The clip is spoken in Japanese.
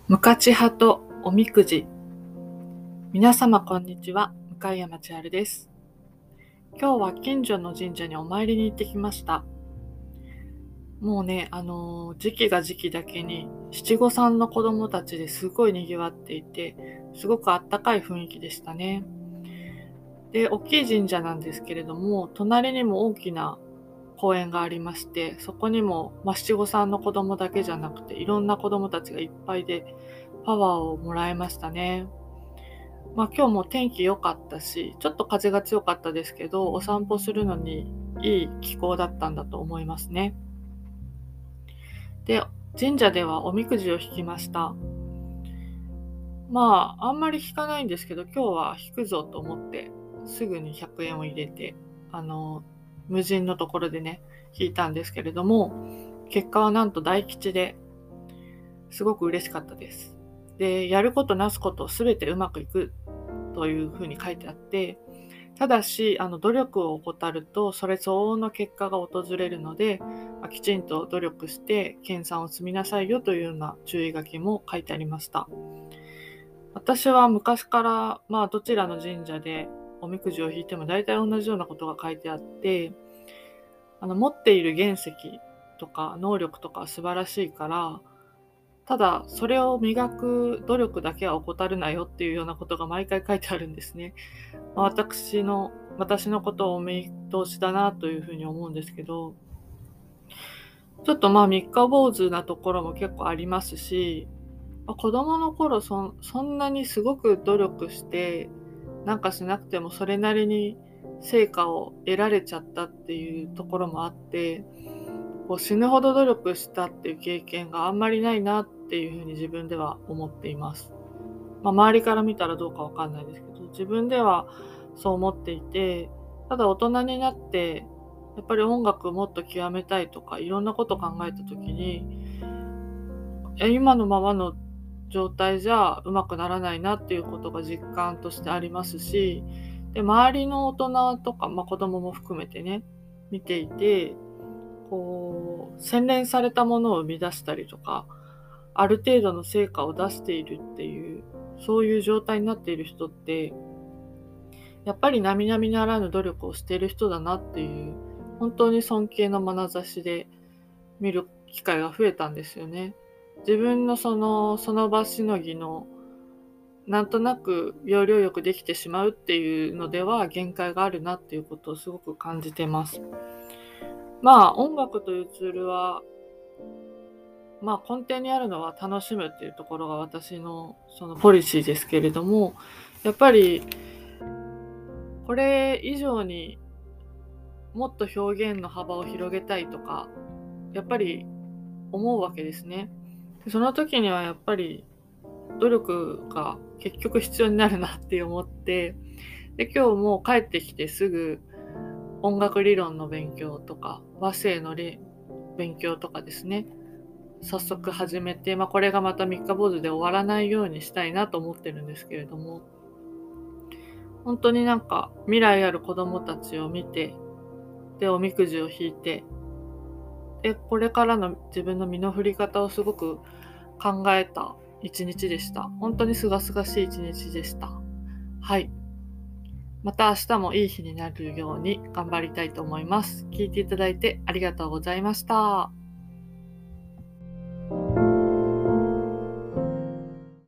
無価値派とおみくじ。皆様こんにちは、向山千春です。今日は近所の神社にお参りに行ってきました。もうね、時期が時期だけに七五三の子供たちですごい賑わっていて、すごくあったかい雰囲気でしたね。で、大きい神社なんですけれども、隣にも大きな公園がありまして、そこにも、七五三の子供だけじゃなくて、いろんな子供たちがいっぱいでパワーをもらえましたね。今日も天気良かったし、ちょっと風が強かったですけど、お散歩するのにいい気候だったんだと思いますね。で、神社ではおみくじを引きました。あんまり引かないんですけど、今日は引くぞと思って、すぐに100円を入れて、無人のところでね、引いたんですけれども、結果はなんと大吉で、すごく嬉しかったです。で、やることなすことすべてうまくいくというふうに書いてあって、ただし、努力を怠ると、それ相応の結果が訪れるので、きちんと努力して研鑽を積みなさいよというような注意書きも書いてありました。私は昔から、どちらの神社でおみくじを引いても大体同じようなことが書いてあって、持っている原石とか能力とか素晴らしいから、ただそれを磨く努力だけは怠るなよっていうようなことが毎回書いてあるんですね。私のことをお見通しだなというふうに思うんですけど、ちょっと三日坊主なところも結構ありますし、子供の頃そんなにすごく努力してなんかしなくてもそれなりに成果を得られちゃったっていうところもあって、死ぬほど努力したっていう経験があんまりないなっていうふうに自分では思っています。周りから見たらどうかわかんないですけど、自分ではそう思っていて、ただ大人になって、やっぱり音楽をもっと極めたいとか、いろんなことを考えたときに、今のままの状態じゃうまくならないなっていうことが実感としてありますし、で、周りの大人とか、子供も含めてね、見ていて、洗練されたものを生み出したりとか、ある程度の成果を出しているっていう、そういう状態になっている人って、やっぱり並々ならぬ努力をしている人だなっていう、本当に尊敬の眼差しで見る機会が増えたんですよね。自分のその場しのぎの、なんとなく要領よくできてしまうっていうのでは限界があるなっていうことをすごく感じてます。音楽というツールは、根底にあるのは楽しむっていうところが私のそのポリシーですけれども、やっぱりこれ以上にもっと表現の幅を広げたいとか、やっぱり思うわけですね。その時にはやっぱり努力が結局必要になるなって思って、で、今日も帰ってきてすぐ音楽理論の勉強とか、和声の勉強とかですね、早速始めて、これがまた三日坊主で終わらないようにしたいなと思ってるんですけれども、本当に未来ある子供たちを見て、で、おみくじを引いて、で、これからの自分の身の振り方をすごく考えた一日でした。本当に清々しい一日でした。はい。また明日もいい日になるように頑張りたいと思います。聞いていただいてありがとうございました。